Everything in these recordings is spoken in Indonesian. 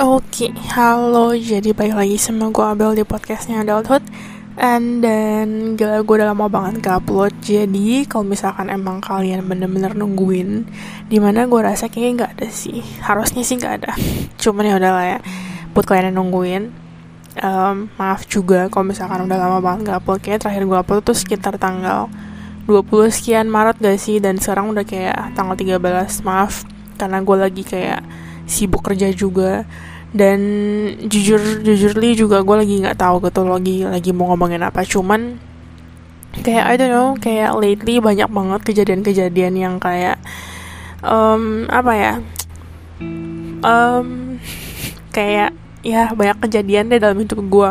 Oke, halo. Jadi balik lagi sama gue Abel di podcastnya Adulthood. Dan gila, gue udah lama banget gak upload. Jadi kalau misalkan emang kalian bener-bener nungguin, dimana gue rasa kayaknya gak ada sih. Harusnya sih gak ada. Cuman ya udahlah ya, buat kalian yang nungguin, maaf juga kalau misalkan udah lama banget gak upload. Kayaknya terakhir gue upload tuh sekitar tanggal 20 sekian Maret gak sih. Dan sekarang udah kayak tanggal 13. Maaf, karena gue lagi kayak sibuk kerja juga. Dan jujurly juga gue lagi nggak tahu gitu lagi mau ngomongin apa. Cuman kayak I don't know, kayak lately banyak banget kejadian-kejadian yang kayak apa ya, kayak ya banyak kejadian deh dalam hidup gue.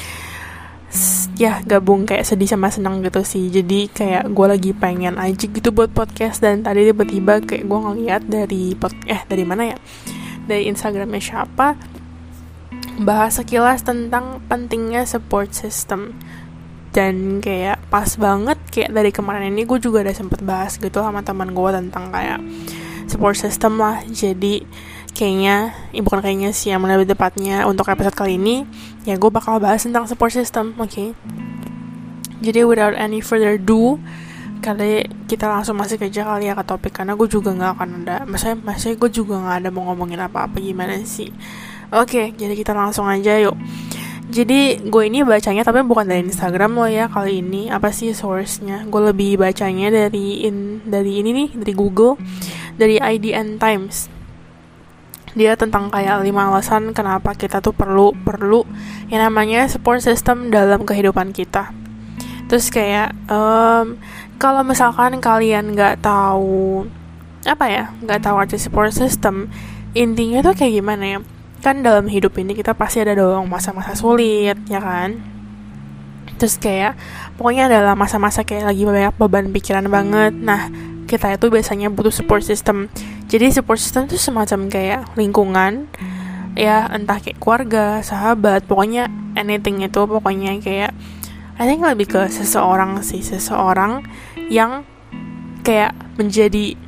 Ya gabung kayak sedih sama senang gitu sih. Jadi kayak gue lagi pengen aja gitu buat podcast. Dan tadi tiba-tiba kayak gue ngeliat dari mana ya, dari Instagramnya siapa, bahas sekilas tentang pentingnya support system. Dan kayak pas banget, kayak dari kemarin ini gue juga udah sempet bahas gitu sama teman gue tentang kayak support system lah. Jadi kayaknya, bukan kayaknya sih, yang lebih tepatnya untuk episode kali ini ya gue bakal bahas tentang support system. Oke. Jadi without any further ado, kali kita langsung masuk aja kali ya ke topik, karena gue juga nggak akan ada, maksudnya gue juga nggak ada mau ngomongin apa-apa gimana sih. Oke, jadi kita langsung aja yuk. Jadi gue ini bacanya tapi bukan dari Instagram loh ya kali ini. Apa sih source-nya? Gue lebih bacanya dari ini nih, dari Google, dari IDN Times. Dia tentang kayak 5 alasan kenapa kita tuh perlu yang namanya support system dalam kehidupan kita. Terus kayak kalau misalkan kalian nggak tahu arti support system, intinya tuh kayak gimana ya? Kan dalam hidup ini kita pasti ada dong masa-masa sulit, ya kan? Terus kayak pokoknya adalah masa-masa kayak lagi banyak beban pikiran banget. Nah, kita itu biasanya butuh support system. Jadi support system itu semacam kayak lingkungan, ya entah kayak keluarga, sahabat, pokoknya anything itu, pokoknya kayak I think lebih ke seseorang yang kayak menjadi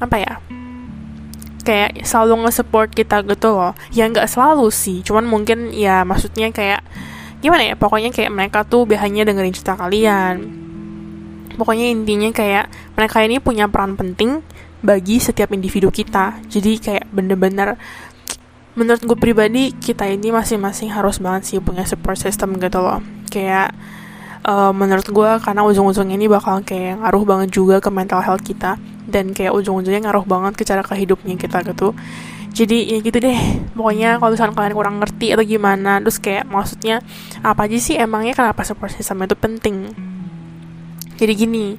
kayak selalu nge-support kita gitu loh. Ya nggak selalu sih, cuman mungkin ya maksudnya kayak gimana ya, pokoknya kayak mereka tuh biasanya dengerin cerita kalian. Pokoknya intinya kayak mereka ini punya peran penting bagi setiap individu kita. Jadi kayak bener-bener menurut gue pribadi, kita ini masing-masing harus banget sih punya support system gitu loh. Kayak menurut gue, karena ujung-ujungnya ini bakal kayak ngaruh banget juga ke mental health kita, dan kayak ujung-ujungnya ngaruh banget ke cara kehidupnya kita gitu. Jadi ya gitu deh, pokoknya kalau misalkan kalian kurang ngerti atau gimana, terus kayak maksudnya apa aja sih emangnya kenapa support system itu penting. Jadi gini,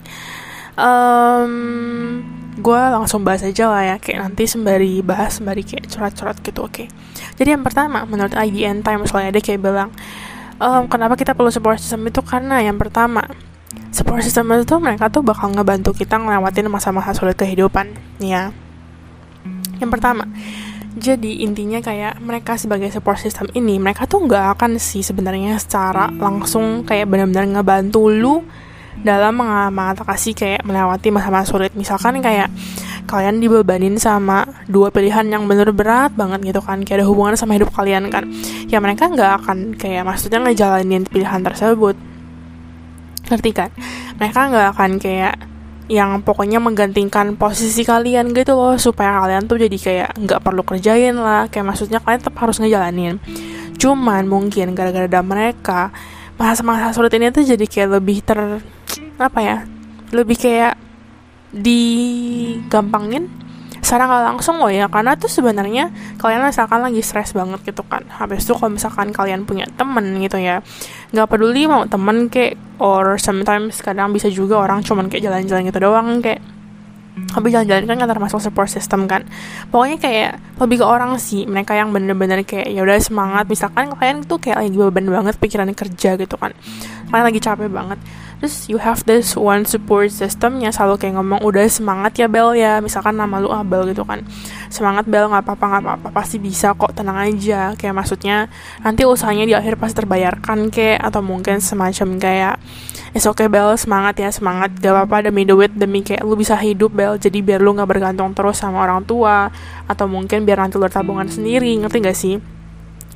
gue langsung bahas aja lah ya, kayak nanti sembari kayak curhat-curhat gitu. Oke. Jadi yang pertama, menurut IDN Times soalnya dia kayak bilang, kenapa kita perlu support system itu, karena yang pertama, support system itu mereka tuh bakal ngebantu kita ngelewatin masa-masa sulit kehidupan ya. Yang pertama, jadi intinya kayak mereka sebagai support system ini, mereka tuh nggak akan sih sebenarnya secara langsung kayak benar-benar ngebantu lu dalam mengatasi kayak melewati masa-masa sulit. Misalkan kayak kalian dibebanin sama 2 pilihan yang bener berat banget gitu kan, kayak ada hubungan sama hidup kalian kan, ya mereka nggak akan kayak maksudnya ngejalanin pilihan tersebut, ngerti kan? Mereka nggak akan kayak yang pokoknya menggantikan posisi kalian gitu loh, supaya kalian tuh jadi kayak nggak perlu kerjain lah, kayak maksudnya kalian tetap harus ngejalanin. Cuman mungkin gara-gara ada mereka, masa-masa sulit ini tuh jadi kayak lebih lebih kayak digampangin secara nggak langsung loh ya. Karena tuh sebenarnya kalian misalkan lagi stres banget gitu kan, habis itu kalau misalkan kalian punya temen gitu ya, nggak peduli mau temen kayak, or sometimes kadang bisa juga orang cuman kayak jalan-jalan gitu doang, kayak habis jalan-jalan kan termasuk support system kan. Pokoknya kayak lebih ke orang sih, mereka yang bener-bener kayak ya udah semangat. Misalkan kalian tuh kayak lagi beban banget pikiran kerja gitu kan, kalian lagi capek banget, terus you have this one support system yang selalu kayak ngomong, udah semangat ya Bel ya, misalkan nama lu Abel gitu kan, semangat Bel, nggak apa-apa, pasti bisa kok, tenang aja, kayak maksudnya nanti usahanya di akhir pasti terbayarkan kayak, atau mungkin semacam kayak it's okay Bel, semangat ya, semangat, gak apa-apa, demi duit, demi kayak lu bisa hidup Bel, jadi biar lu gak bergantung terus sama orang tua, atau mungkin biar nanti lu tabungan sendiri, ngerti gak sih?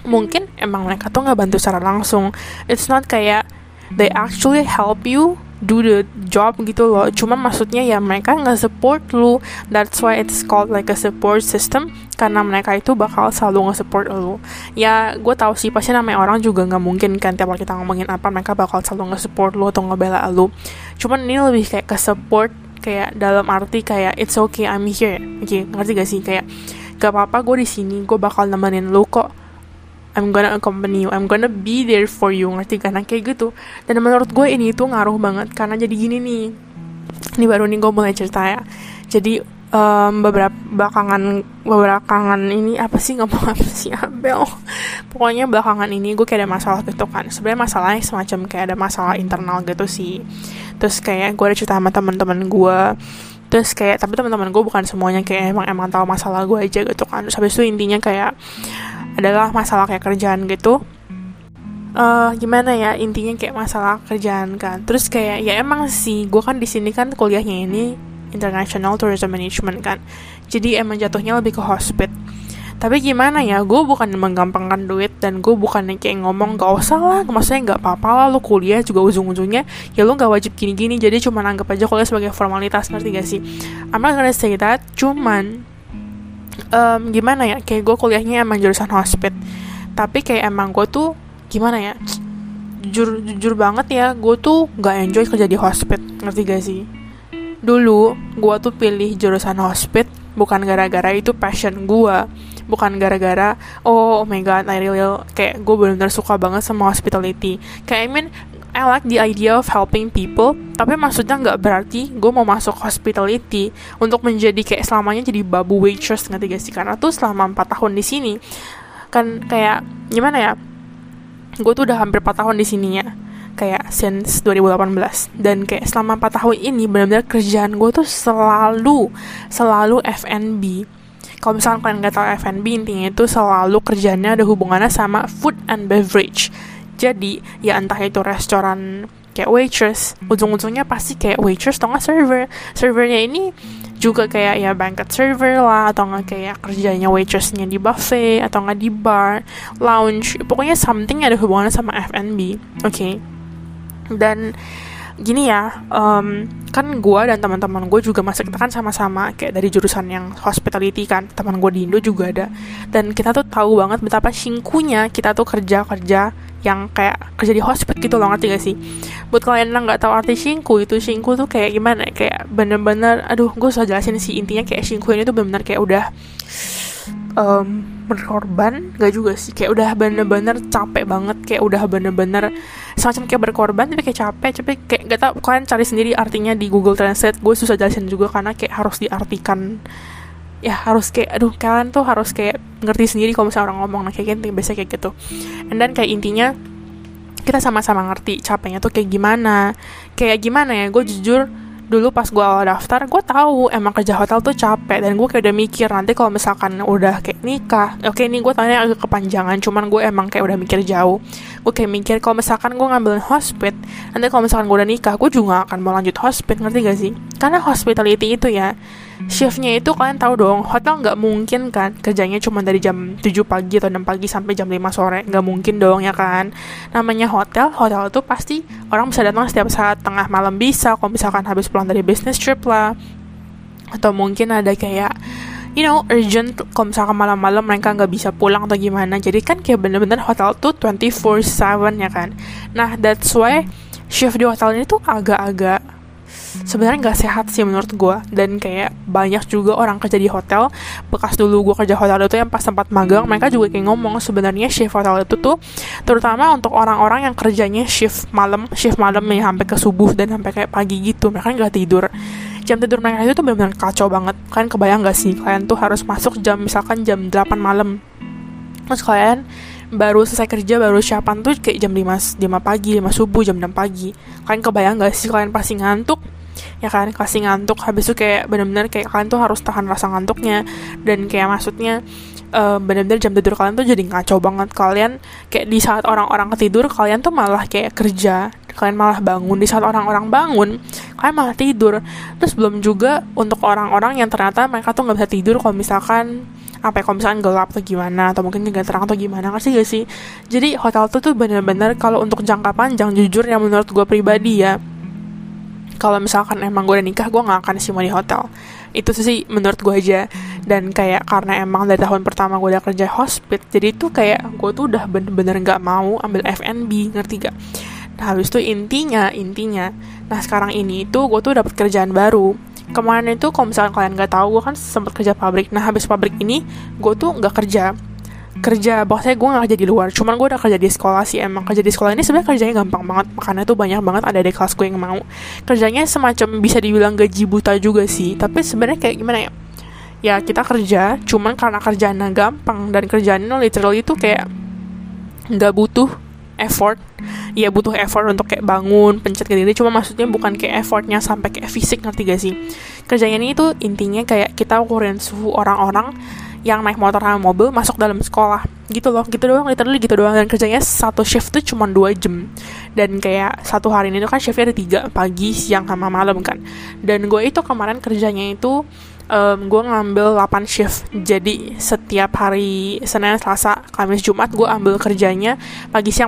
mungkin emang mereka tuh nggak bantu secara langsung. It's not kayak they actually help you do the job gitu loh. Cuma maksudnya ya mereka nggak support lu. That's why it's called like a support system, karena mereka itu bakal selalu nge-support lu. Ya gue tahu sih pasti namanya orang juga nggak mungkin kan tiap kali kita ngomongin apa mereka bakal selalu nge-support lu atau ngebela lu. Cuman ini lebih kayak ke support, kayak dalam arti kayak it's okay, I'm here. Oke, ngerti gak sih? Kayak gak apa-apa, gue di sini, gue bakal nemenin lu kok. I'm gonna accompany you, I'm gonna be there for you, ngerti kan? Kayak gitu. Dan menurut gue ini tuh ngaruh banget, karena jadi gini nih. Ini baru nih gue mulai cerita ya. Jadi beberapa belakangan ini apa sih Abel? Pokoknya belakangan ini gue kayak ada masalah gitu kan. Sebenarnya masalahnya semacam kayak ada masalah internal gitu sih. Terus kayak gue ada cerita sama teman-teman gue. Terus kayak tapi teman-teman gue bukan semuanya kayak emang tahu masalah gue aja gitu kan. Terus habis itu intinya kayak adalah masalah kayak kerjaan gitu. Gimana ya, intinya kayak masalah kerjaan kan. Terus kayak ya emang sih gue kan di sini kan kuliahnya ini International Tourism Management kan. Jadi emang jatuhnya lebih ke hospit. Tapi gimana ya, gue bukan menggampangkan duit dan gue bukan kayak ngomong gak usah lah, maksudnya gak apa-apa lah lu kuliah juga ujung-ujungnya ya lu gak wajib gini-gini, jadi cuma anggap aja kuliah sebagai formalitas, ngerti gak sih? I'm not gonna say that, cuman gimana ya, kayak gue kuliahnya emang jurusan hospit, tapi kayak emang gue tuh gimana ya, jujur banget ya, gue tuh gak enjoy kerja di hospit, ngerti gak sih? Dulu gue tuh pilih jurusan hospit bukan gara-gara itu passion gue, bukan gara-gara oh my god I really kayak gue benar-benar suka banget sama hospitality. Kayak I like the idea of helping people, tapi maksudnya nggak berarti gue mau masuk hospitality untuk menjadi kayak selamanya jadi babu waitress, ngerti gak sih? Karena tuh selama 4 tahun di sini kan kayak gimana ya, gue tuh udah hampir 4 tahun di sini ya, kayak since 2018, dan kayak selama 4 tahun ini benar-benar kerjaan gue tuh selalu F&B. Kalau misalkan kalian nggak tahu F&B, intinya itu selalu kerjanya ada hubungannya sama food and beverage. Jadi ya entah itu restoran kayak waitress, ujung-ujungnya pasti kayak waitress atau nggak servernya ini juga kayak ya banquet server lah, atau nggak kayak kerjanya waitressnya di buffet atau nggak di bar, lounge, pokoknya something ada hubungannya sama F&B. Oke. Dan gini ya, kan gue dan teman-teman gue juga masuk, kita kan sama-sama kayak dari jurusan yang hospitality kan, teman gue di Indo juga ada, dan kita tuh tahu banget betapa singkunya kita tuh kerja yang kayak kerja di hospit gitu loh, ngerti gak sih? Buat kalian yang nggak tahu arti shinku tuh kayak gimana, kayak bener-bener, aduh gue usah jelasin sih, intinya kayak shinku ini tuh bener-bener kayak udah berkorban, gak juga sih, kayak udah bener-bener capek banget, kayak udah bener-bener semacam kayak berkorban tapi kayak capek kayak gak tau, kalian cari sendiri artinya di Google Translate, gue susah jelasin juga karena kayak harus diartikan ya, harus kayak aduh kalian tuh harus kayak ngerti sendiri kalau misalnya orang ngomong, nah kayak gitu, biasanya kayak gitu. And then kayak intinya kita sama-sama ngerti capeknya tuh kayak gimana ya, gue jujur dulu pas gue awal daftar, gue tahu emang kerja hotel tuh capek, dan gue kayak udah mikir nanti kalau misalkan udah kayak nikah, oke ini gue tanya agak kepanjangan, cuman gue emang kayak udah mikir jauh. Gue kayak mikir kalau misalkan gue ngambilin hospit, nanti kalau misalkan gue udah nikah, gue juga akan mau lanjut hospit, ngerti gak sih? Karena hospitality itu ya, shiftnya itu kalian tahu dong, hotel nggak mungkin kan kerjanya cuma dari jam 7 pagi atau 6 pagi sampai jam 5 sore, nggak mungkin dong ya kan. Namanya hotel itu pasti orang bisa datang setiap saat, tengah malam bisa, kalau misalkan habis pulang dari business trip lah, atau mungkin ada kayak urgent, kalau misalkan malam-malam mereka nggak bisa pulang atau gimana. Jadi kan kayak bener-bener hotel tuh 24/7 ya kan. Nah that's why shift di hotel ini tuh agak-agak sebenarnya nggak sehat sih menurut gue. Dan kayak banyak juga orang kerja di hotel, bekas dulu gue kerja hotel itu yang pas tempat magang, mereka juga kayak ngomong sebenarnya shift hotel itu tuh terutama untuk orang-orang yang kerjanya shift malam ya, sampai ke subuh dan sampai kayak pagi gitu, mereka nggak tidur. Jam tidur mereka itu tuh benar-benar kacau banget. Kalian kebayang gak sih, kalian tuh harus masuk misalkan jam 8 malam, terus kalian baru selesai kerja, baru siapan tuh kayak jam 5 pagi, 5 subuh, jam 6 pagi. Kalian kebayang gak sih, kalian pasti ngantuk ya kan, kasih ngantuk. Habis itu kayak benar-benar kayak kalian tuh harus tahan rasa ngantuknya, dan kayak maksudnya benar-benar jam tidur kalian tuh jadi ngaco banget. Kalian kayak di saat orang-orang ketidur, kalian tuh malah kayak kerja, kalian malah bangun. Di saat orang-orang bangun, kalian malah tidur. Terus belum juga untuk orang-orang yang ternyata mereka tuh nggak bisa tidur kalau misalkan apa ya, kalau misalkan gelap atau gimana, atau mungkin gak terang atau gimana, ngerti gak sih? Jadi hotel tuh bener-bener kalau untuk jangka panjang, jujur yang menurut gue pribadi ya, kalau misalkan emang gue udah nikah, gue gak akan sih mau di hotel. Itu sih menurut gue aja. Dan kayak karena emang dari tahun pertama gue udah kerja hospit, jadi tuh kayak gue tuh udah bener-bener gak mau ambil F&B, ngerti gak? Nah habis itu intinya, nah sekarang ini tuh gue tuh dapat kerjaan baru. Kemarin itu kalau misalkan kalian gak tahu, gue kan sempat kerja pabrik. Nah habis pabrik ini gue tuh gak kerja, bahwasanya gue gak kerja di luar, cuman gue udah kerja di sekolah sih. Emang kerja di sekolah ini sebenarnya kerjanya gampang banget, makanya tuh banyak banget ada di kelas gue yang mau. Kerjanya semacam bisa dibilang gaji buta juga sih, tapi sebenarnya kayak gimana ya, ya kita kerja, cuman karena kerjaannya gampang, dan kerjaannya literally itu kayak gak butuh effort. Ya butuh effort untuk kayak bangun, pencet ke diri, cuma maksudnya bukan kayak effortnya sampai kayak fisik, ngerti gak sih? Kerjanya ini tuh intinya kayak kita ukurin suhu orang-orang yang naik motor sama mobil masuk dalam sekolah, gitu loh, gitu doang, literally gitu doang. Dan kerjanya satu shift tuh cuma 2 jam, dan kayak satu hari ini tuh kan shiftnya ada 3, pagi, siang, sama malam kan. Dan gue itu kemarin kerjanya itu gue ngambil 8 shift, jadi setiap hari Senin, Selasa, Kamis, Jumat gue ambil kerjanya pagi siang,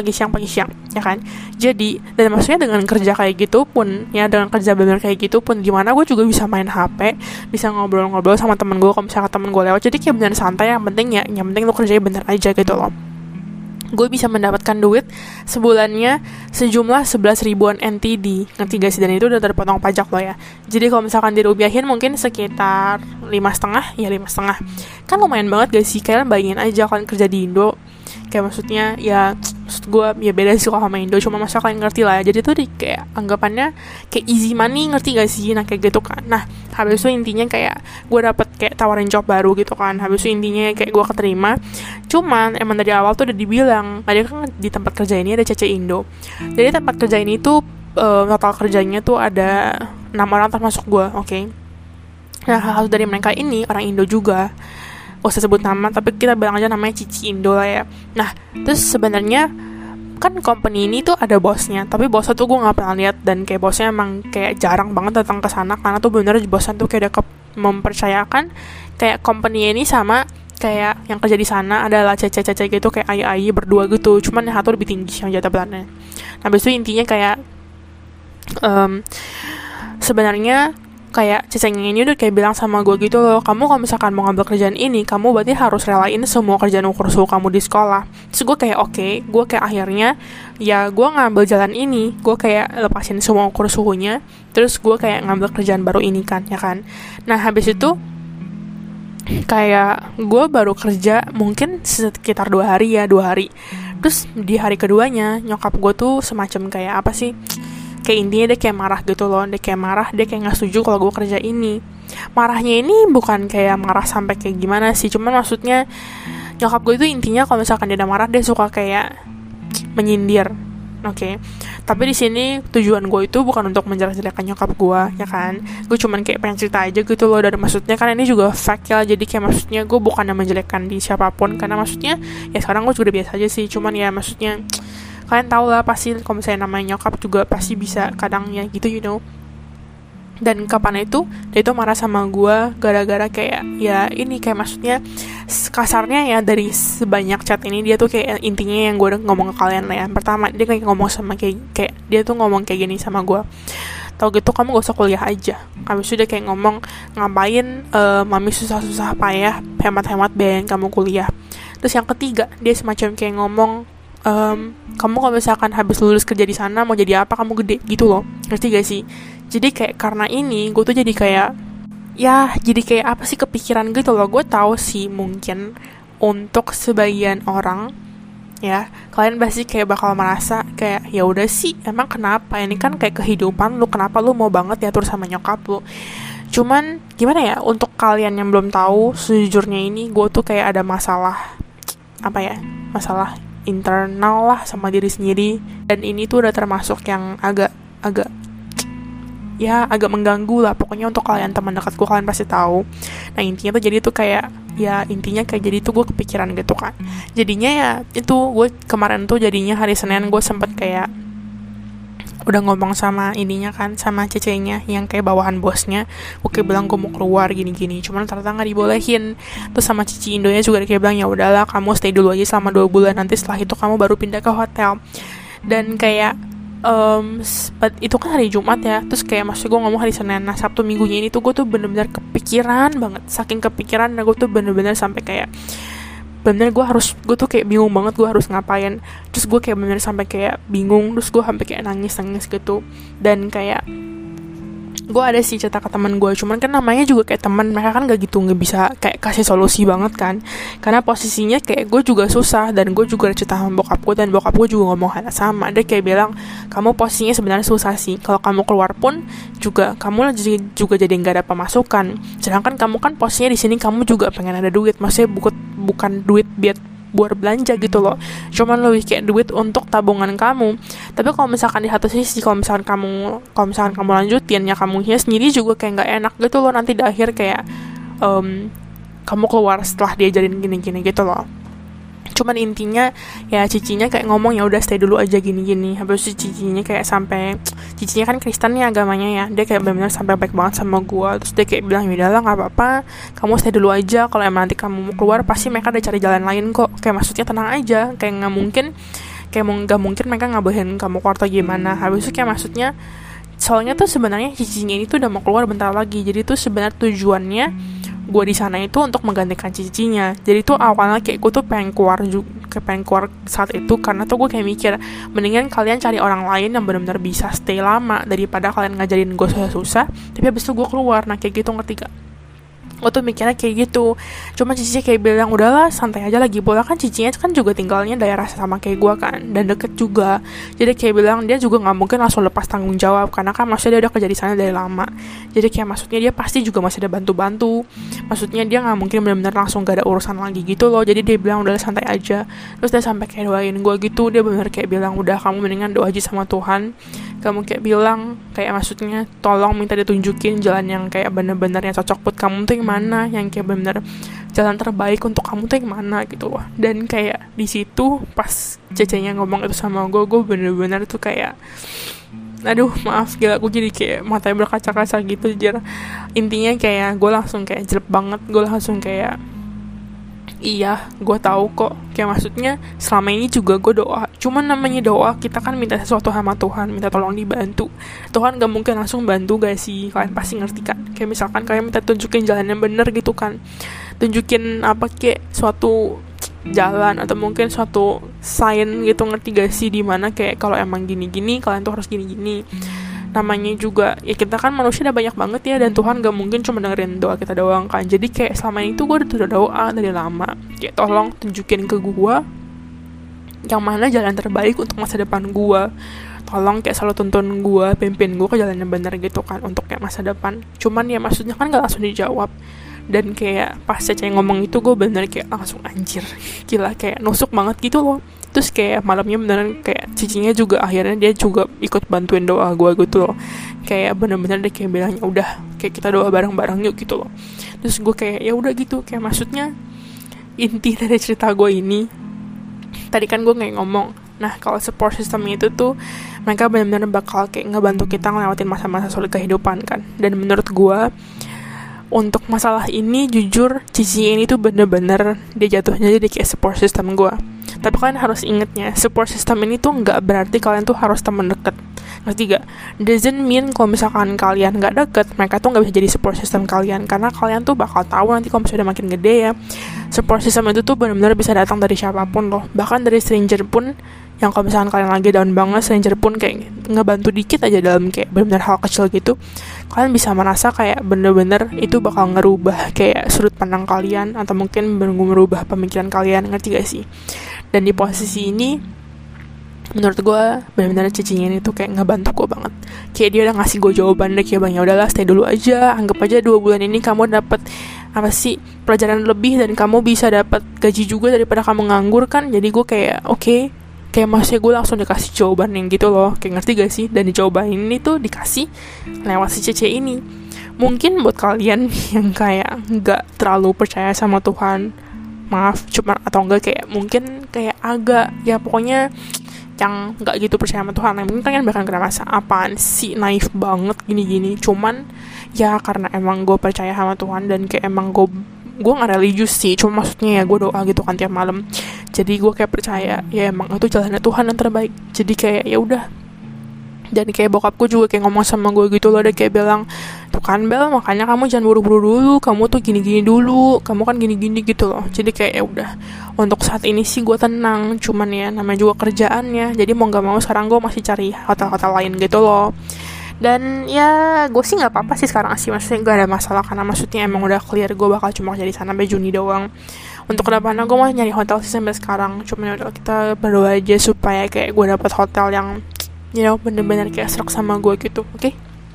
ya kan. Jadi dan maksudnya dengan kerja kayak gitu pun ya, dengan kerja bener kayak gitu pun, gimana gue juga bisa main HP, bisa ngobrol-ngobrol sama temen gue kalau misalnya temen gue lewat. Jadi kayak bener santai, yang penting lu kerjanya bener aja gitu loh. Gue bisa mendapatkan duit sebulannya sejumlah 11 ribuan NTD, ngerti gak sih? Dan itu udah terpotong pajak loh ya. Jadi kalau misalkan dirupiahin mungkin sekitar 5,5, ya 5,5. Kan lumayan banget gak sih? Kalian bayangin aja kalian kerja di Indo, kayak maksudnya ya, maksud gue ya beda sih kalau sama Indo, cuma maksudnya kalian ngerti lah ya. Jadi tuh kayak anggapannya kayak easy money, ngerti gak sih? Nah kayak gitu kan. Nah habis itu intinya kayak gue dapet kayak tawarin job baru gitu kan. Habis itu intinya kayak gue keterima. Cuman emang dari awal tuh udah dibilang, tadi kan di tempat kerja ini ada CC Indo. Jadi tempat kerja ini tuh total kerjanya tuh ada 6 orang termasuk gue, oke? Nah hal dari mereka ini orang Indo juga. Gak usah sebut nama, tapi kita bilang aja namanya Cici Indo lah ya. Nah terus sebenarnya kan company ini tuh ada bosnya, tapi bosnya tuh gue nggak pernah lihat, dan kayak bosnya emang kayak jarang banget datang ke sana, karena tuh bener bosnya tuh kayak udah mempercayakan kayak company ini sama kayak yang kerja di sana adalah cece-cece gitu, kayak ai berdua gitu, cuman yang satu lebih tinggi yang jabatannya. Nah habis itu intinya kayak sebenarnya kayak cecengnya ini udah kayak bilang sama gue gitu loh, kamu kalau misalkan mau ngambil kerjaan ini, kamu berarti harus relain semua kerjaan ukur suhu kamu di sekolah. Terus gue kayak oke, gue kayak akhirnya ya gue ngambil jalan ini, gue kayak lepasin semua ukur suhunya, terus gue kayak ngambil kerjaan baru ini kan, ya kan. Nah habis itu kayak gue baru kerja mungkin sekitar 2 hari. Terus di hari keduanya nyokap gue tuh semacam kayak apa sih, kayak intinya dia kayak marah gitu loh. Dia kayak gak setuju kalau gue kerja ini. Marahnya ini bukan kayak marah sampai kayak gimana sih, cuman maksudnya nyokap gue itu intinya kalau misalkan dia udah marah, dia suka kayak menyindir. Oke. Tapi di sini tujuan gue itu bukan untuk menjelek-jelekan nyokap gue, ya kan. Gue cuman kayak pengen cerita aja gitu loh. Dan maksudnya kan ini juga fact ya, jadi kayak maksudnya gue bukan yang menjelekkan di siapapun, karena maksudnya ya sekarang gue juga biasa aja sih. Cuman ya maksudnya kalian tau lah pasti kalau misalnya namanya nyokap juga pasti bisa kadang ya gitu, you know. Dan kapan itu dia itu marah sama gue gara-gara kayak ya ini, kayak maksudnya kasarnya ya, dari sebanyak chat ini dia tuh kayak intinya yang gue udah ngomong ke kalian lah ya. Pertama dia kayak ngomong sama kayak dia tuh ngomong kayak gini sama gue, tau gitu kamu gak usah kuliah aja. Habis itu dia kayak ngomong, ngapain mami susah-susah payah hemat-hemat biayain kamu kuliah. Terus yang ketiga dia semacam kayak ngomong, kamu kalau misalkan habis lulus kerja di sana mau jadi apa kamu gede gitu loh, ngerti gak sih? Jadi kayak karena ini gue tuh jadi kayak apa sih, kepikiran gitu loh. Gue tahu sih mungkin untuk sebagian orang ya, kalian pasti kayak bakal merasa kayak ya udah sih, emang kenapa, ini kan kayak kehidupan lu, kenapa lu mau banget diatur sama nyokap lu. Cuman gimana ya, untuk kalian yang belum tahu, sejujurnya ini gue tuh kayak ada masalah masalah internal lah sama diri sendiri, dan ini tuh udah termasuk yang agak mengganggu lah. Pokoknya untuk kalian teman dekatku, kalian pasti tahu. Nah intinya tuh jadi tuh kayak jadi tuh gue kepikiran gitu kan. Jadinya ya itu gue kemarin tuh jadinya hari Senin gue sempet kayak udah ngomong sama ininya kan, sama cecenya yang kayak bawahan bosnya, gue kayak bilang gue mau keluar gini-gini, cuman ternyata nggak dibolehin. Terus sama cici Indonya juga kayak bilang ya udahlah kamu stay dulu aja selama 2 bulan, nanti setelah itu kamu baru pindah ke hotel. Dan kayak itu kan hari Jumat ya, terus kayak maksud gue ngomong hari Senin. Nah Sabtu minggunya ini tuh gue tuh bener-bener kepikiran banget, saking kepikiran, dan gue tuh bener-bener sampai kayak bener gue tuh kayak bingung banget gue harus ngapain. Terus gue kayak bener sampai kayak bingung, terus gue sampai kayak nangis gitu. Dan kayak gue ada sih cerita ke teman gue, cuman kan namanya juga kayak teman, mereka kan gak bisa kayak kasih solusi banget kan, karena posisinya kayak gue juga susah. Dan gue juga cerita sama bokap gue, dan bokap gue juga ngomong hal sama. Dia kayak bilang kamu posisinya sebenarnya susah sih, kalau kamu keluar pun juga kamu juga jadi nggak ada pemasukan, sedangkan kamu kan posisinya di sini kamu juga pengen ada duit, maksudnya bukan duit buat belanja gitu loh, cuman lebih kayak duit untuk tabungan kamu. Tapi kalau misalkan di satu sisi, kalau misalkan kamu lanjutin ya, kamunya sendiri juga kayak nggak enak gitu loh, nanti di akhir kayak kamu keluar setelah diajarin gini-gini gitu loh. Cuman intinya ya cicinya kayak ngomong ya udah stay dulu aja gini-gini. Habis itu cicinya kan Kristen nih agamanya ya, dia kayak benar-benar sampai baik banget sama gue. Terus dia kayak bilang ya udahlah nggak apa-apa, kamu stay dulu aja, kalau emang nanti kamu mau keluar pasti mereka udah cari jalan lain kok. Kayak maksudnya tenang aja, kayak nggak mungkin mereka ngabahin kamu keluar atau gimana. Habis itu kayak maksudnya soalnya tuh sebenarnya cicinya ini tuh udah mau keluar bentar lagi, jadi tuh sebenarnya tujuannya gue di sana itu untuk menggantikan cicinya. Jadi tuh awalnya kayak gue tuh pengen keluar saat itu, karena tuh gue kayak mikir mendingan kalian cari orang lain yang benar-benar bisa stay lama daripada kalian ngajarin gue susah-susah tapi habis itu gue keluar. Nah kayak gitu, ngerti gak? Gue tuh mikirnya kayak gitu. Cuma cicinya kayak bilang udahlah santai aja, lagi pula kan cicinya kan juga tinggalnya daerah sama kayak gue kan, dan deket juga. Jadi kayak bilang dia juga nggak mungkin langsung lepas tanggung jawab, karena kan maksudnya dia udah kerja di sana dari lama. Jadi kayak maksudnya dia pasti juga masih ada bantu-bantu, maksudnya dia nggak mungkin benar-benar langsung gak ada urusan lagi gitu loh. Jadi dia bilang udah santai aja. Terus dia sampai kayak doain gue gitu, dia benar kayak bilang udah kamu mendingan doa aja sama Tuhan, kamu kayak bilang kayak maksudnya tolong minta ditunjukin jalan yang kayak bener-bener yang cocok buat kamu tuh yang mana, yang kayak bener jalan terbaik untuk kamu tuh yang mana gitu loh. Dan kayak di situ pas cecenya ngomong itu sama gue bener-bener tuh kayak aduh maaf gila, gue jadi kayak matanya berkaca-kaca gitu. Intinya kayak gue langsung kayak jelek banget, gue langsung kayak iya, gue tahu kok. Kayak maksudnya selama ini juga gue doa. Cuman namanya doa, kita kan minta sesuatu sama Tuhan, minta tolong dibantu. Tuhan gak mungkin langsung bantu gak sih? Kalian pasti ngerti kan? Kayak misalkan kalian minta tunjukin jalan yang bener gitu kan, tunjukin apa kayak suatu jalan atau mungkin suatu sign gitu, ngerti gak sih? Dimana kayak kalau emang gini-gini kalian tuh harus gini-gini. Namanya juga ya kita kan manusia udah banyak banget ya, dan Tuhan gak mungkin cuma dengerin doa kita doang kan. Jadi kayak selama itu gue udah doa dari lama, kayak tolong tunjukin ke gue yang mana jalan terbaik untuk masa depan gue, tolong kayak selalu tuntun gue, pimpin gue ke jalan yang benar gitu kan untuk kayak masa depan. Cuman ya maksudnya kan gak langsung dijawab. Dan kayak pas Cece ngomong itu gue bener kayak langsung anjir, gila kayak nusuk banget gitu loh. Terus kayak malamnya beneran kayak cicinya juga akhirnya dia juga ikut bantuin doa gue gitu loh. Kayak bener-bener dia kayak bilangnya udah kayak kita doa bareng-bareng yuk gitu loh. Terus gue kayak ya udah gitu, kayak maksudnya inti dari cerita gue ini tadi kan gue kayak ngomong, nah kalau support system itu tuh mereka benar-benar bakal kayak ngebantu kita ngelewatin masa-masa sulit kehidupan kan. Dan menurut gue untuk masalah ini jujur cici ini tuh bener-bener dia jatuhnya jadi kayak support system gue. Tapi kalian harus ingetnya, support system ini tuh nggak berarti kalian tuh harus teman deket, ngerti gak? Doesn't mean kalau misalkan kalian nggak deket, mereka tuh nggak bisa jadi support system kalian, karena kalian tuh bakal tahu nanti kalau misalnya makin gede ya, support system itu tuh benar-benar bisa datang dari siapapun loh, bahkan dari stranger pun. Yang kalau misalkan kalian lagi down banget, stranger pun kayak ngebantu dikit aja dalam kayak benar-benar hal kecil gitu, kalian bisa merasa kayak bener-bener itu bakal ngerubah kayak sudut pandang kalian, atau mungkin merubah pemikiran kalian, ngerti gak sih? Dan di posisi ini menurut gue benar-benar cicinya ini tuh kayak ngebantu gue banget. Kayak dia udah ngasih gue jawaban deh, kayak bang ya udahlah stay dulu aja, anggap aja 2 bulan ini kamu dapat apa sih pelajaran lebih, dan kamu bisa dapat gaji juga daripada kamu nganggur kan. Jadi gue kayak oke. Kayak maksudnya gue langsung dikasih jawaban yang gitu loh, kayak ngerti gak sih? Dan jawaban ini tuh dikasih lewat si Cece ini. Mungkin buat kalian yang kayak gak terlalu percaya sama Tuhan, maaf, cuma atau enggak kayak mungkin kayak agak ya pokoknya yang nggak gitu percaya sama Tuhan, mungkin kalian bahkan kena masa apaan sih, naif banget gini-gini. Cuman ya karena emang gue percaya sama Tuhan dan kayak emang gue nggak religius sih, cuma maksudnya ya gue doa gitu kan tiap malam. Jadi gue kayak percaya ya emang itu jalannya Tuhan yang terbaik. Jadi kayak ya udah. Dan kayak bokapku juga kayak ngomong sama gue gitu loh, dia kayak bilang, tuh kan Bel, makanya kamu jangan buru-buru dulu, kamu tuh gini-gini dulu, kamu kan gini-gini gitu loh. Jadi kayak ya udah, untuk saat ini sih gue tenang, cuman ya namanya juga kerjaannya, jadi mau gak mau sekarang gue masih cari hotel-hotel lain gitu loh. Dan ya gue sih nggak apa-apa sih sekarang sih, maksudnya gak ada masalah karena maksudnya emang udah clear gue bakal cuma jadi sana sampai Juni doang. Untuk kedepannya gue mau nyari hotel sih sampai sekarang, cuman ya udah kita berdoa aja supaya kayak gue dapet hotel yang bener-bener kayak serak sama gue gitu, oke?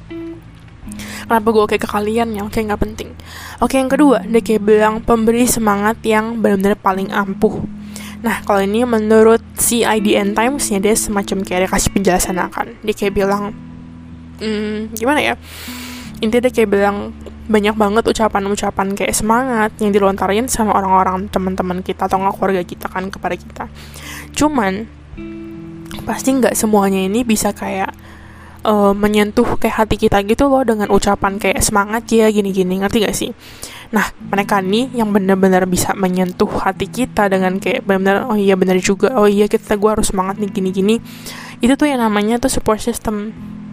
Kenapa gue kayak ke kalian ya, oke, gak penting. Oke, yang kedua, dia kayak bilang pemberi semangat yang benar-benar paling ampuh. Nah, kalau ini menurut si IDN Times-nya, dia semacam kayak dia kasih penjelasan akan. Dia kayak bilang, gimana ya? Intinya dia kayak bilang, banyak banget ucapan-ucapan kayak semangat yang dilontarin sama orang-orang teman-teman kita atau nggak keluarga kita kan kepada kita. Cuman pasti nggak semuanya ini bisa kayak menyentuh kayak hati kita gitu loh dengan ucapan kayak semangat ya gini-gini, ngerti gak sih? Nah, mereka nih yang benar-benar bisa menyentuh hati kita dengan kayak benar-benar oh iya benar juga, oh iya gue harus semangat nih gini-gini. Itu tuh yang namanya tuh support system.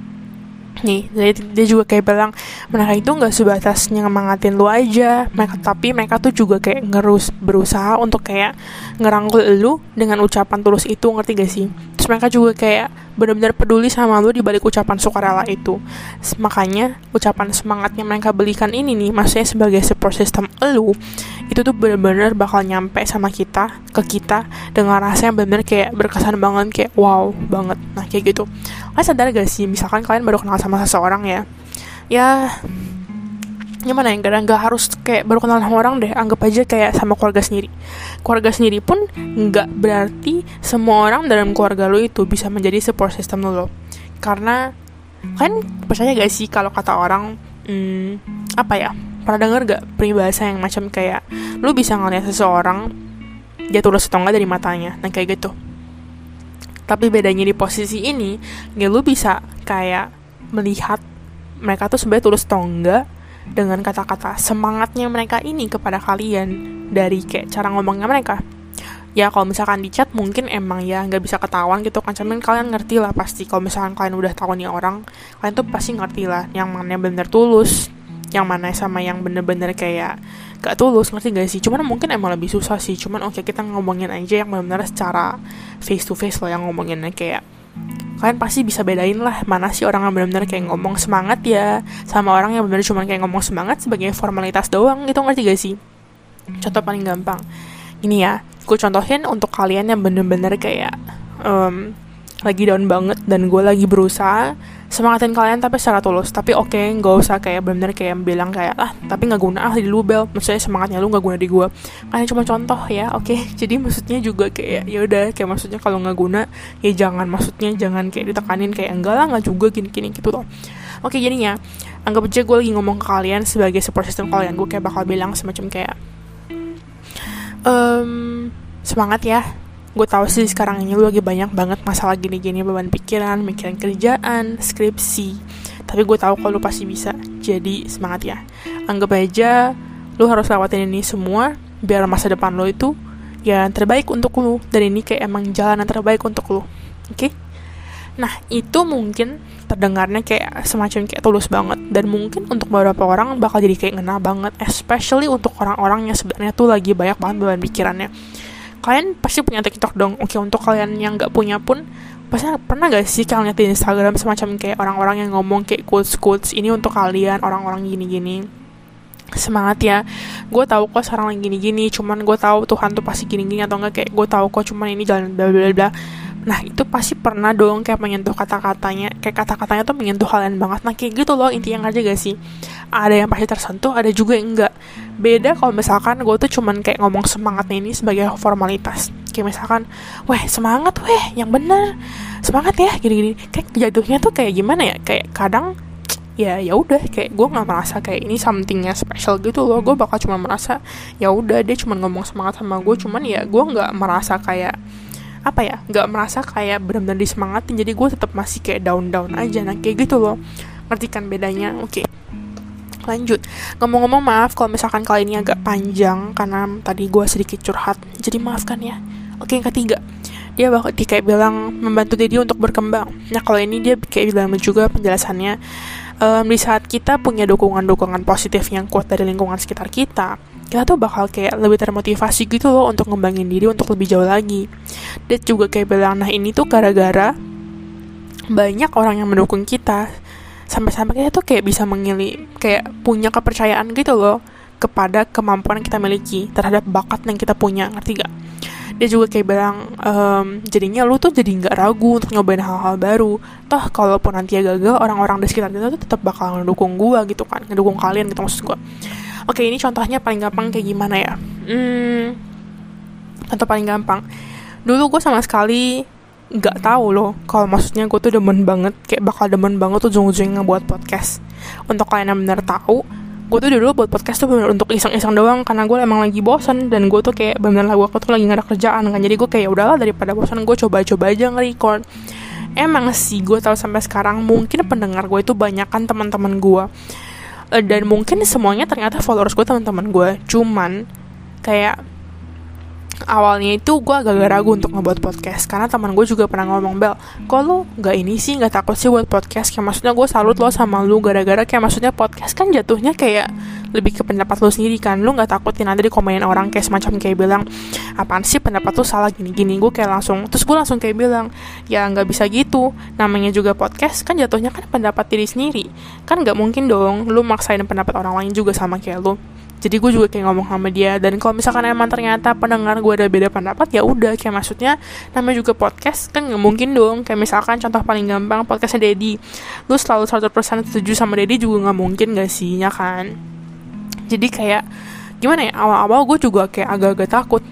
Nih, jadi dia juga kayak bilang mereka itu nggak sebatas nyemangatin lu aja, tapi mereka tuh juga kayak berusaha untuk kayak ngerangkul lu dengan ucapan tulus itu, ngerti gak sih? Terus mereka juga kayak benar-benar peduli sama lu di balik ucapan sukarela itu. Makanya ucapan semangatnya mereka belikan ini nih, maksudnya sebagai support system lu, itu tuh benar-benar bakal nyampe sama kita, ke kita dengan rasa yang benar-benar kayak berkesan banget, kayak wow banget. Nah kayak gitu. Kalian sadar gak sih, misalkan kalian baru kenal sama seseorang ya gimana ya, gak harus kayak baru kenal sama orang deh, anggap aja kayak sama keluarga sendiri pun gak berarti semua orang dalam keluarga lo itu bisa menjadi support system lo. Karena kan percaya gak sih kalau kata orang apa ya, pernah denger gak peribahasa yang macam kayak lu bisa ngeliat seseorang dia tulus atau enggak dari matanya, nah kayak gitu. Tapi bedanya di posisi ini, ya lu bisa kayak melihat mereka tuh sebenarnya tulus atau enggak dengan kata-kata semangatnya mereka ini kepada kalian dari kayak cara ngomongnya mereka. Ya kalau misalkan di chat mungkin emang ya nggak bisa ketahuan gitu kan, cuman kalian ngerti lah pasti. Kalau misalkan kalian udah tahu nih orang, kalian tuh pasti ngerti lah yang mana bener tulus, yang mana sama yang bener-bener kayak gak tulus, ngerti gak sih? Cuman mungkin emang lebih susah sih. Cuman oke, kita ngomongin aja yang bener-bener secara face to face loh, yang ngomonginnya kayak kalian pasti bisa bedain lah mana sih orang yang benar-benar kayak ngomong semangat ya sama orang yang benar-benar cuma kayak ngomong semangat sebagai formalitas doang gitu, ngerti gak sih? Contoh paling gampang ini ya, gue contohin untuk kalian yang benar-benar kayak lagi down banget dan gue lagi berusaha semangatin kalian tapi secara tulus. Tapi oke, gak usah kayak benar-benar kayak bilang kayak tapi gak guna di lu Bel, maksudnya semangatnya lu gak guna di gue, kan cuma contoh ya, oke. Jadi maksudnya juga kayak ya udah, kayak maksudnya kalau gak guna ya jangan, maksudnya jangan kayak ditekanin kayak enggak lah gak juga gini-gini gitu loh. Oke, jadinya anggap aja gue lagi ngomong ke kalian sebagai support system kalian. Gue kayak bakal bilang semacam kayak semangat ya, gue tahu sih sekarang ini lu lagi banyak banget masalah gini-gini, beban pikiran, mikirin kerjaan, skripsi. Tapi gue tahu kalau lu pasti bisa. Jadi semangat ya. Anggap aja lu harus lewatin ini semua biar masa depan lu itu ya yang terbaik untuk lu. Dan ini kayak emang jalan yang terbaik untuk lu. Oke? Nah, itu mungkin terdengarnya kayak semacam kayak tulus banget. Dan mungkin untuk beberapa orang bakal jadi kayak ngena banget. Especially untuk orang-orang yang sebenarnya tuh lagi banyak banget beban pikirannya. Kalian pasti punya TikTok dong. Oke, untuk kalian yang gak punya pun pasti pernah gak sih kalian lihat di Instagram semacam kayak orang-orang yang ngomong kayak quotes ini untuk kalian, orang-orang gini-gini, semangat ya, gue tahu kok sekarang lagi gini-gini, cuman gue tahu Tuhan tuh pasti gini-gini, atau enggak kayak gue tahu kok cuman ini jalan bla bla bla. Nah, itu pasti pernah dong kayak menyentuh kata-katanya, kayak kata-katanya tuh menyentuh kalian banget. Nah, kayak gitu loh intinya, aja gak sih? Ada yang pasti tersentuh, ada juga yang enggak. Beda kalau misalkan gue tuh cuman kayak ngomong semangatnya ini sebagai formalitas. Kayak misalkan, weh semangat weh, yang bener, semangat ya, gini-gini. Kayak jatuhnya tuh kayak gimana ya? Kayak kadang ya udah, kayak gue nggak merasa kayak ini somethingnya special gitu loh. Gue bakal cuma merasa ya udah dia cuma ngomong semangat sama gue, cuman ya gue nggak merasa kayak nggak merasa kayak benar-benar disemangatin, jadi gue tetap masih kayak down aja. Nah kayak gitu loh, ngerti kan bedanya? Oke. Lanjut, ngomong-ngomong maaf kalau misalkan kali ini agak panjang karena tadi gue sedikit curhat, jadi maafkan ya. Oke, yang ketiga, dia kayak bilang membantu diri untuk berkembang. Nah kalau ini dia kayak bilang juga penjelasannya, di saat kita punya dukungan positif yang kuat dari lingkungan sekitar kita tuh bakal kayak lebih termotivasi gitu loh untuk ngembangin diri untuk lebih jauh lagi. Dia juga kayak bilang, nah ini tuh gara-gara banyak orang yang mendukung kita, sampai-sampai kita tuh kayak bisa kayak punya kepercayaan gitu loh kepada kemampuan yang kita miliki terhadap bakat yang kita punya, ngerti gak? Dia juga kayak bilang, jadinya lu tuh jadi gak ragu untuk nyobain hal-hal baru. Toh kalaupun nanti gagal, orang-orang di sekitar kita tuh tetap bakal ngedukung gue gitu kan, ngedukung kalian gitu maksud gue. Oke, ini contohnya paling gampang kayak gimana ya? Contoh paling gampang, dulu gue sama sekali gak tahu loh kalau maksudnya gue tuh demen banget, kayak bakal demen banget tuh ujung-ujungnya buat podcast. Untuk kalian yang bener tahu, gue tuh dulu buat podcast tuh bener untuk iseng-iseng doang, karena gue emang lagi bosan dan gue tuh kayak bener lah, gue tuh lagi gak ada kerjaan kan, jadi gue kayak udahlah daripada bosan gue coba-coba aja nge-record. Emang sih gue tahu sampai sekarang mungkin pendengar gue itu banyak kan teman-teman gue, dan mungkin semuanya ternyata followers gue teman-teman gue, cuman kayak awalnya itu gue agak ragu untuk ngebuat podcast karena teman gue juga pernah ngomong, Bel, kok lu gak takut sih buat podcast? Kayak maksudnya gue salut lo sama lu, gara-gara kayak maksudnya podcast kan jatuhnya kayak lebih ke pendapat lu sendiri kan, lu gak takutin nanti dikomenin orang kayak semacam kayak bilang, apaan sih pendapat lu salah gini-gini. Gue kayak terus gue langsung kayak bilang, ya gak bisa gitu, namanya juga podcast kan jatuhnya kan pendapat diri sendiri, kan gak mungkin dong lu maksain pendapat orang lain juga sama kayak lu. Jadi gue juga kayak ngomong sama dia, dan kalau misalkan emang ternyata pendengar gue ada beda pendapat, ya udah, kayak maksudnya namanya juga podcast kan nggak mungkin dong. Kayak misalkan contoh paling gampang podcastnya Dedi, lu selalu 100% setuju sama Dedi juga nggak mungkin gak sih, ya kan? Jadi kayak gimana ya, awal-awal gue juga kayak agak-agak takut,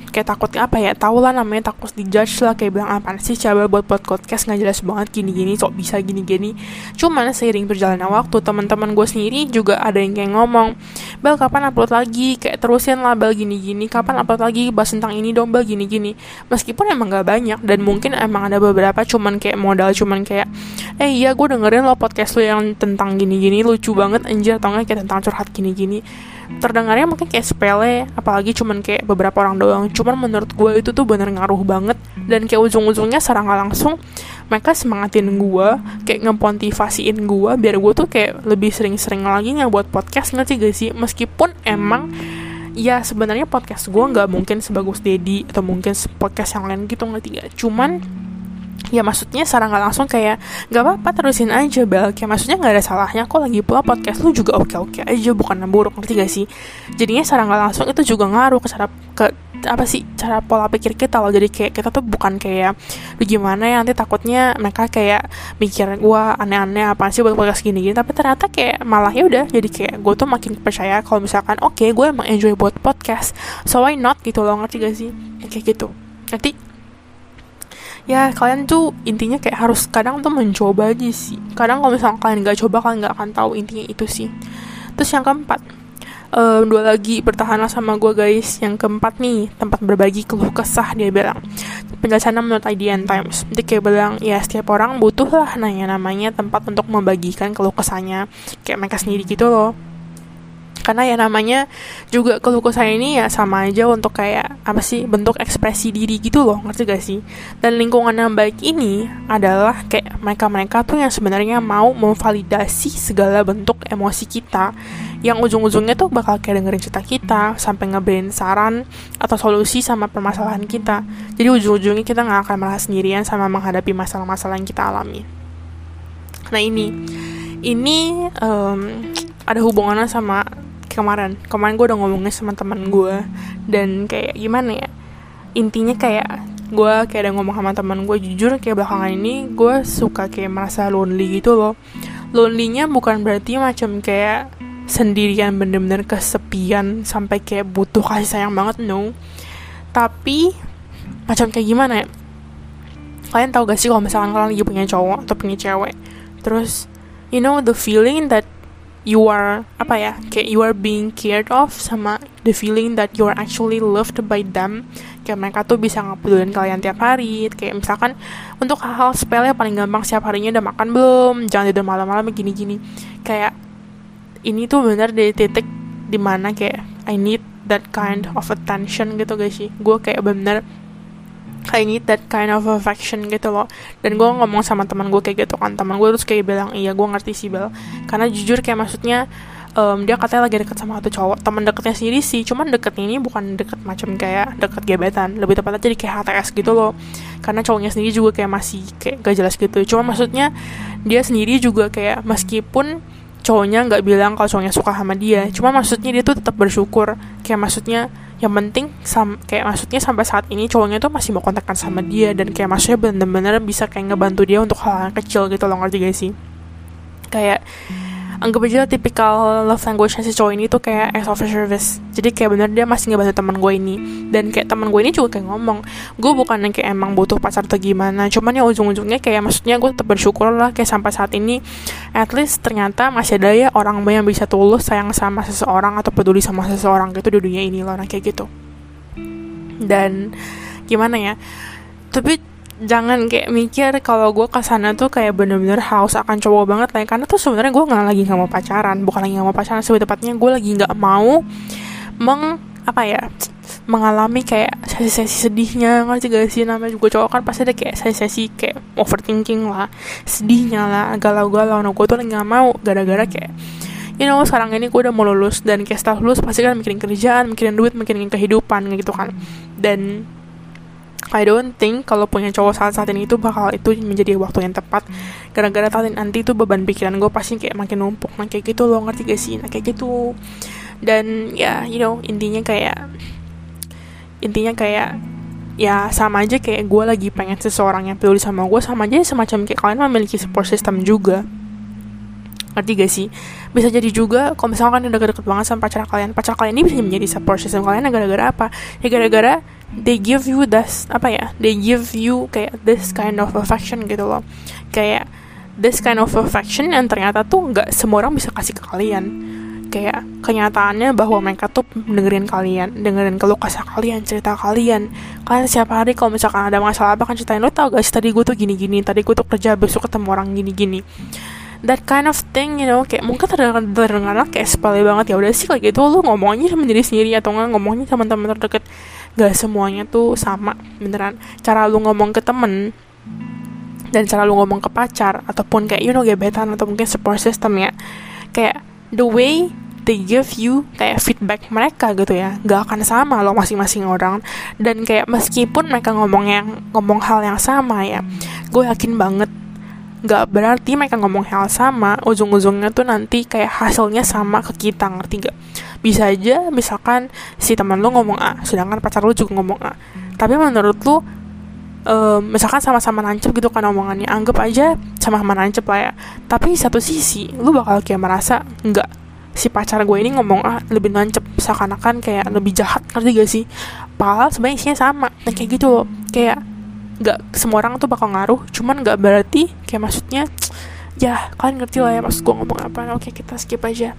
tau lah namanya takut dijudge lah, kayak bilang apaan sih coba buat podcast nggak jelas banget gini-gini, sok bisa gini-gini. Cuman seiring berjalannya waktu, teman-teman gue sendiri juga ada yang kayak ngomong, Bel kapan upload lagi, kayak terusin lah Bel gini-gini, kapan upload lagi, bahas tentang ini dong Bel gini-gini. Meskipun emang gak banyak, dan mungkin emang ada beberapa cuman kayak modal, cuman kayak iya gue dengerin lo podcast lo yang tentang gini-gini, lucu banget anjir, atau nggak kayak tentang curhat gini-gini. Terdengarnya mungkin kayak sepele, apalagi cuman kayak beberapa orang doang, cuman menurut gue itu tuh bener ngaruh banget. Dan kayak ujung-ujungnya secara gak langsung mereka semangatin gue, kayak ngemotivasiin gue biar gue tuh kayak lebih sering-sering lagi ngebuat podcast, ngerti gak sih? Meskipun emang ya sebenarnya podcast gue gak mungkin sebagus Dedi atau mungkin podcast yang lain gitu, ngerti gak? Cuman ya maksudnya secara gak langsung kayak gak apa-apa, terusin aja Bel, kayak maksudnya gak ada salahnya kok, lagi pula podcast lu juga oke-oke aja, bukan buruk, ngerti gak sih? Jadinya secara gak langsung itu juga ngaruh ke cara pola pikir kita loh. Jadi kayak kita tuh bukan kayak gimana ya, nanti takutnya mereka kayak mikir gua aneh-aneh apaan sih buat podcast gini-gini, tapi ternyata kayak malah ya udah, jadi kayak gue tuh makin percaya kalau misalkan oke, gue emang enjoy buat podcast, so why not gitu loh, ngerti gak sih? Kayak gitu. Nanti ya kalian tuh intinya kayak harus kadang tuh mencoba aja sih. Kadang kalau misalnya kalian gak coba, kalian gak akan tahu intinya itu sih. Terus yang keempat, dua lagi, bertahanlah sama gue guys. Yang keempat nih, tempat berbagi keluh kesah. Dia bilang, penjelasannya menurut IDN Times, dia kayak bilang, ya setiap orang butuh lah namanya tempat untuk membagikan keluh kesahnya, kayak mereka sendiri gitu loh. Karena ya namanya juga keluh kesah ini ya sama aja untuk kayak apa sih, bentuk ekspresi diri gitu loh, ngerti gak sih? Dan lingkungan yang baik ini adalah kayak mereka tuh yang sebenarnya mau memvalidasi segala bentuk emosi kita, yang ujung-ujungnya tuh bakal kayak dengerin cerita kita sampai ngeberiin saran atau solusi sama permasalahan kita. Jadi ujung-ujungnya kita gak akan merasa sendirian sama menghadapi masalah-masalah yang kita alami. Nah ini ada hubungannya sama kemarin gue udah ngomongnya sama teman gue, dan kayak gimana ya, intinya kayak gue kayak ada ngomong sama teman gue, jujur kayak belakangan ini gue suka kayak merasa lonely gitu loh. Lonely-nya bukan berarti macam kayak sendirian, bener-bener kesepian sampai kayak butuh kasih sayang banget, no. Tapi macam kayak gimana ya, kalian tahu gak sih kalau misalkan kalian lagi punya cowok atau punya cewek, terus you know the feeling that you are kayak you are being cared of, sama the feeling that you are actually loved by them. Kayak mereka tuh bisa ngepedulin kalian tiap hari. Kayak misalkan untuk hal-hal sepele paling gampang, setiap harinya udah makan belum, jangan tidur malam-malam gini-gini. Kayak ini tuh benar di titik dimana kayak I need that kind of attention gitu guys sih. Gue kayak bener I need that kind of affection gitu loh. Dan gue ngomong sama teman gue kayak gitu kan, teman gue terus kayak bilang, iya gue ngerti sih Bel, karena jujur kayak maksudnya dia katanya lagi deket sama satu cowok, teman deketnya sendiri sih, cuman deketnya ini bukan deket macam kayak deket gebetan, lebih tepatnya jadi kayak HTS gitu loh, karena cowoknya sendiri juga kayak masih kayak gak jelas gitu. Cuma maksudnya dia sendiri juga kayak meskipun cowoknya nggak bilang kalau cowoknya suka sama dia, cuma maksudnya dia tuh tetap bersyukur, kayak maksudnya yang penting kayak maksudnya sampai saat ini cowoknya tuh masih mau kontakkan sama dia, dan kayak maksudnya bener-bener bisa kayak ngebantu dia untuk hal yang kecil gitu loh, ngerti gak sih? Kayak anggap aja tipikal love language-nya si cowok ini tuh kayak acts of service. Jadi kayak bener dia masih ngebantu teman gue ini. Dan kayak teman gue ini juga kayak ngomong, gue bukan yang kayak emang butuh pacar atau gimana, cuman ya ujung-ujungnya kayak maksudnya gue tetap bersyukur lah, kayak sampai saat ini at least ternyata masih ada ya orang yang bisa tulus sayang sama seseorang atau peduli sama seseorang gitu di dunia ini loh, nah kayak gitu. Dan gimana ya, tapi jangan kayak mikir kalau gue kesana tuh kayak bener-bener haus akan cowok banget lah, karena tuh sebenarnya gue nggak mau pacaran, bukan lagi nggak mau pacaran, sebetulnya tepatnya gue lagi nggak mau mengalami kayak sesi-sesi sedihnya, ngerti gak sih? Namanya juga cowok kan pasti ada kayak sesi-sesi kayak overthinking lah, sedihnya lah, galau-galau. Nah gue tuh nggak mau, gara-gara kayak sekarang ini gue udah mau lulus, dan kayak setelah lulus pasti kan mikirin kerjaan, mikirin duit, mikirin kehidupan gitu kan. Dan I don't think kalau punya cowok saat ini itu bakal itu menjadi waktu yang tepat, gara-gara nanti tuh beban pikiran gue pasti kayak makin numpuk, nah kayak gitu loh, ngerti gak sih? Nah kayak gitu. Dan ya intinya kayak ya sama aja kayak gue lagi pengen seseorang yang peduli sama gue, sama aja semacam kayak kalian memiliki support system juga, ngerti gak sih? Bisa jadi juga kalau misalkan kalian udah deket banget sama pacar kalian ini bisa menjadi support system kalian. Gara-gara apa? Ya gara-gara they give you they give you kayak this kind of affection gitu loh, kayak this kind of affection yang ternyata tuh nggak semua orang bisa kasih ke kalian. Kayak kenyataannya bahwa mereka tuh dengerin keluh kesah kalian, cerita kalian setiap hari. Kalau misalkan ada masalah apa kan ceritain, lo tau gak sih tadi gue tuh gini-gini, tadi gue tuh kerja besok ketemu orang gini-gini, that kind of thing, kayak mungkin terdengar kayak sepele banget, ya udah sih kayak gitu, lo ngomongnya sama diri sendiri atau nggak ngomongnya sama teman terdekat. Gak semuanya tuh sama, beneran. Cara lu ngomong ke temen dan cara lu ngomong ke pacar ataupun kayak gebetan atau mungkin support system ya, kayak the way they give you kayak feedback mereka gitu ya, gak akan sama loh masing-masing orang. Dan kayak meskipun mereka ngomong hal yang sama ya, gue yakin banget gak berarti mereka ngomong hal sama ujung-ujungnya tuh nanti kayak hasilnya sama ke kita, ngerti gak? Bisa aja misalkan si teman lu ngomong A, sedangkan pacar lu juga ngomong A, tapi menurut lu misalkan sama-sama nancep gitu kan omongannya, anggap aja sama-sama nancep lah ya, tapi satu sisi lu bakal kayak merasa enggak, si pacar gue ini ngomong A lebih nancep, seakan-akan kayak lebih jahat, ngerti gak sih? Padahal sebenarnya isinya sama. Nah kayak gitu loh, kayak gak semua orang tuh bakal ngaruh, cuman gak berarti kayak maksudnya ya kalian ngerti lah ya maksud gue ngomong apa. Oke, kita skip aja,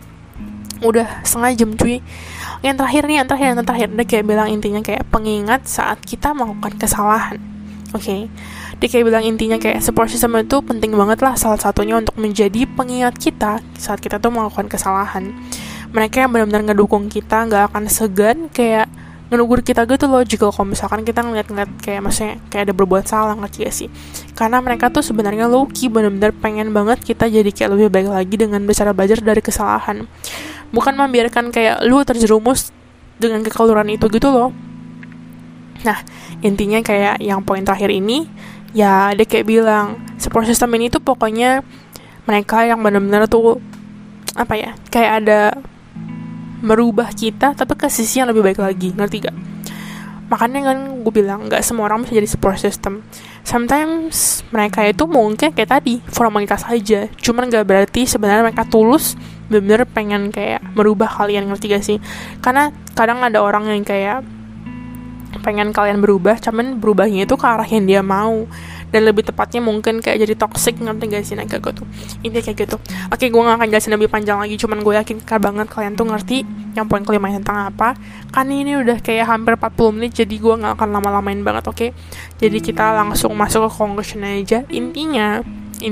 udah setengah jam cuy. Yang terakhir dia kayak bilang intinya kayak pengingat saat kita melakukan kesalahan. Oke. Dia kayak bilang intinya kayak support system itu penting banget lah, salah satunya untuk menjadi pengingat kita saat kita tuh melakukan kesalahan. Mereka yang benar-benar ngedukung kita, gak akan segan kayak ngelugur kita gitu loh, jika kalau misalkan kita ngeliat kayak maksudnya kayak ada berbuat salah, ngerti gak sih? Karena mereka tuh sebenarnya low-key benar-benar pengen banget kita jadi kayak lebih baik lagi dengan cara belajar dari kesalahan, bukan membiarkan kayak lu terjerumus dengan kekeliruan itu gitu loh. Nah intinya kayak yang poin terakhir ini ya, dia kayak bilang support system ini tuh pokoknya mereka yang benar-benar tuh kayak ada merubah kita tapi ke sisi yang lebih baik lagi, ngerti gak? Makanya kan gue bilang gak semua orang bisa jadi support system. Sometimes mereka itu mungkin kayak tadi formalitas aja, cuman gak berarti sebenarnya mereka tulus bener-bener pengen kayak merubah kalian, ngerti gak sih? Karena kadang ada orang yang kayak pengen kalian berubah, cuman berubahnya itu ke arah yang dia mau. dan lebih tepatnya mungkin kayak jadi toxic, ngerti gak sih? Nah kayak gitu, intinya kayak gitu. Oke, gue gak akan jelasin lebih panjang lagi, cuman gue yakin banget kalian tuh ngerti yang poin kelima tentang apa. Kan ini udah kayak hampir 40 menit, jadi gue gak akan lama-lamain banget, oke? Jadi kita langsung masuk ke conclusion aja. Intinya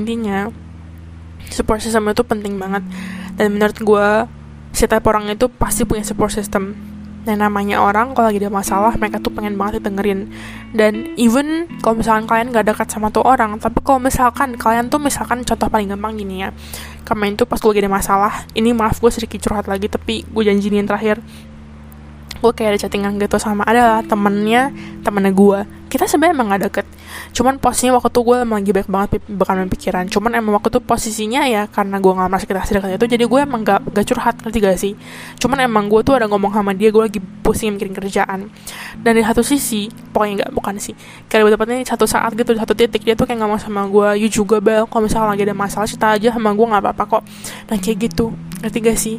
support system itu penting banget, dan menurut gue setiap orang itu pasti punya support system. Dan namanya orang kalau lagi ada masalah, mereka tuh pengen banget dengerin. Dan even kalau misalkan kalian gak dekat sama tuh orang, tapi kalau misalkan kalian tuh misalkan contoh paling gampang gini ya, kemarin tuh pas gue lagi ada masalah, ini maaf gue sedikit curhat lagi, tapi gue janji nih yang terakhir, gue kayak ada chattingan gitu sama adalah temennya gue. Kita sebenarnya emang gak deket, cuman posisinya waktu itu gue emang lagi banyak banget bakalan pikiran. Cuman emang waktu itu posisinya ya karena gue gak merasa kita sedekat itu, jadi gue emang gak curhat, ngerti gak sih? Cuman emang gue tuh ada ngomong sama dia, gue lagi pusing mikirin kerjaan. Dan di satu sisi, pokoknya bukan sih, kayak lebih tepatnya satu saat gitu, di satu titik dia tuh kayak ngomong sama gue, you juga Bel, kalau misalnya lagi ada masalah cerita aja sama gue, gak apa-apa kok. Nah kayak gitu, ngerti gak sih?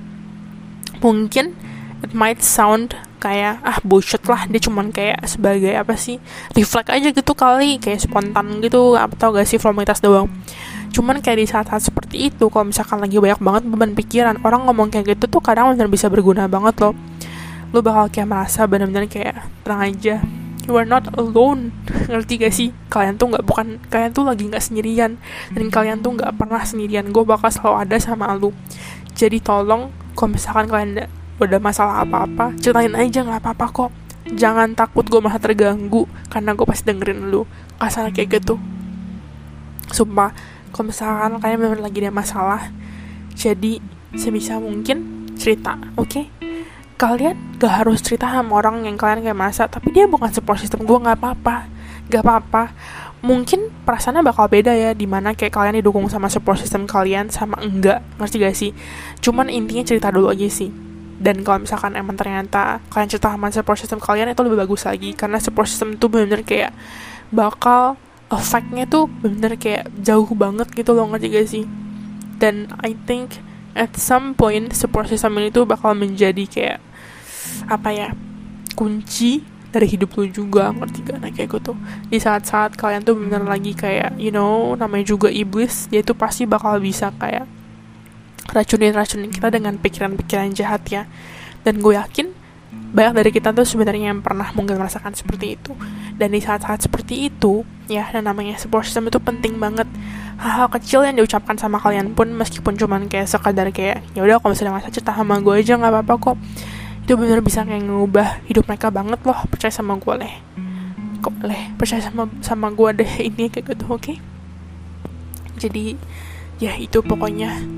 Mungkin it might sound kayak bullshit lah, dia cuman kayak sebagai apa sih, reflect aja gitu kali, kayak spontan gitu, tau gak sih, formalitas doang. Cuman kayak di saat-saat seperti itu, kalau misalkan lagi banyak banget beban pikiran, orang ngomong kayak gitu tuh kadang benar bisa berguna banget loh. Lu bakal kayak merasa benar-benar kayak tenang aja, you are not alone. Ngerti gak sih? Kalian tuh kalian tuh lagi gak sendirian, dan kalian tuh gak pernah sendirian. Gue bakal selalu ada sama lu. Jadi tolong, kalau misalkan kalian udah masalah apa-apa, ceritain aja, gak apa-apa kok. Jangan takut gue malah terganggu, karena gue pasti dengerin lu. Kasar kayak gitu. Sumpah, kalau misalkan kalian bener lagi ada masalah, jadi sebisa mungkin cerita, oke? Kalian gak harus cerita sama orang yang kalian kayak masa, tapi dia bukan support system gue, gak apa-apa. Mungkin perasaannya bakal beda ya, dimana kayak kalian didukung sama support system kalian sama enggak, ngerti gak sih? Cuman intinya cerita dulu aja sih. Dan kalau misalkan emang ternyata kalian cerita sama support system kalian, itu lebih bagus lagi, karena support system tuh bener-bener kayak bakal efeknya tuh bener-bener kayak jauh banget gitu loh, ngerti gak sih? Dan I think at some point support system ini tuh bakal menjadi kayak apa ya, kunci dari hidup lu juga, ngerti gak? Nah kayak gitu, di saat-saat kalian tuh bener lagi kayak namanya juga iblis, dia tuh pasti bakal bisa kayak racunin kita dengan pikiran-pikiran jahat ya. Dan gue yakin banyak dari kita tuh sebenarnya yang pernah mungkin merasakan seperti itu. Dan di saat-saat seperti itu ya, dan namanya support system itu penting banget. Hal-hal kecil yang diucapkan sama kalian pun, meskipun cuman kayak sekadar kayak ya udah kalau misalnya masa cerita sama gue aja nggak apa-apa kok, itu benar bisa kayak ngubah hidup mereka banget loh. Percaya sama gue percaya sama gue deh, ini kayak gitu, oke? Jadi ya itu pokoknya.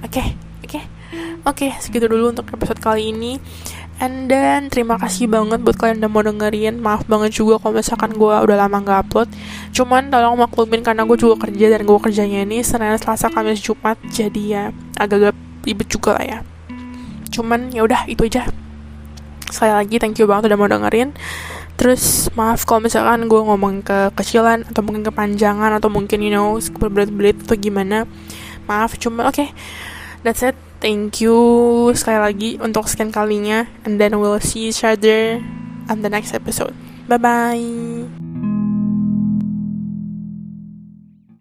Oke, segitu dulu untuk episode kali ini. And then terima kasih banget buat kalian udah mau dengerin. Maaf banget juga kalau misalkan gue udah lama gak upload. Cuman tolong maklumin karena gue juga kerja, dan gue kerjanya ini Senin, Selasa, Kamis, Jumat. Jadi ya agak-agak ribet juga lah ya. Cuman ya udah itu aja. Sekali lagi thank you banget udah mau dengerin. Terus maaf kalau misalkan gue ngomong kekecilan atau mungkin kepanjangan, atau mungkin berbelit-belit atau gimana. Maaf, cuma oke. That's it. Thank you sekali lagi untuk sekian kalinya. And then we'll see each other on the next episode. Bye-bye.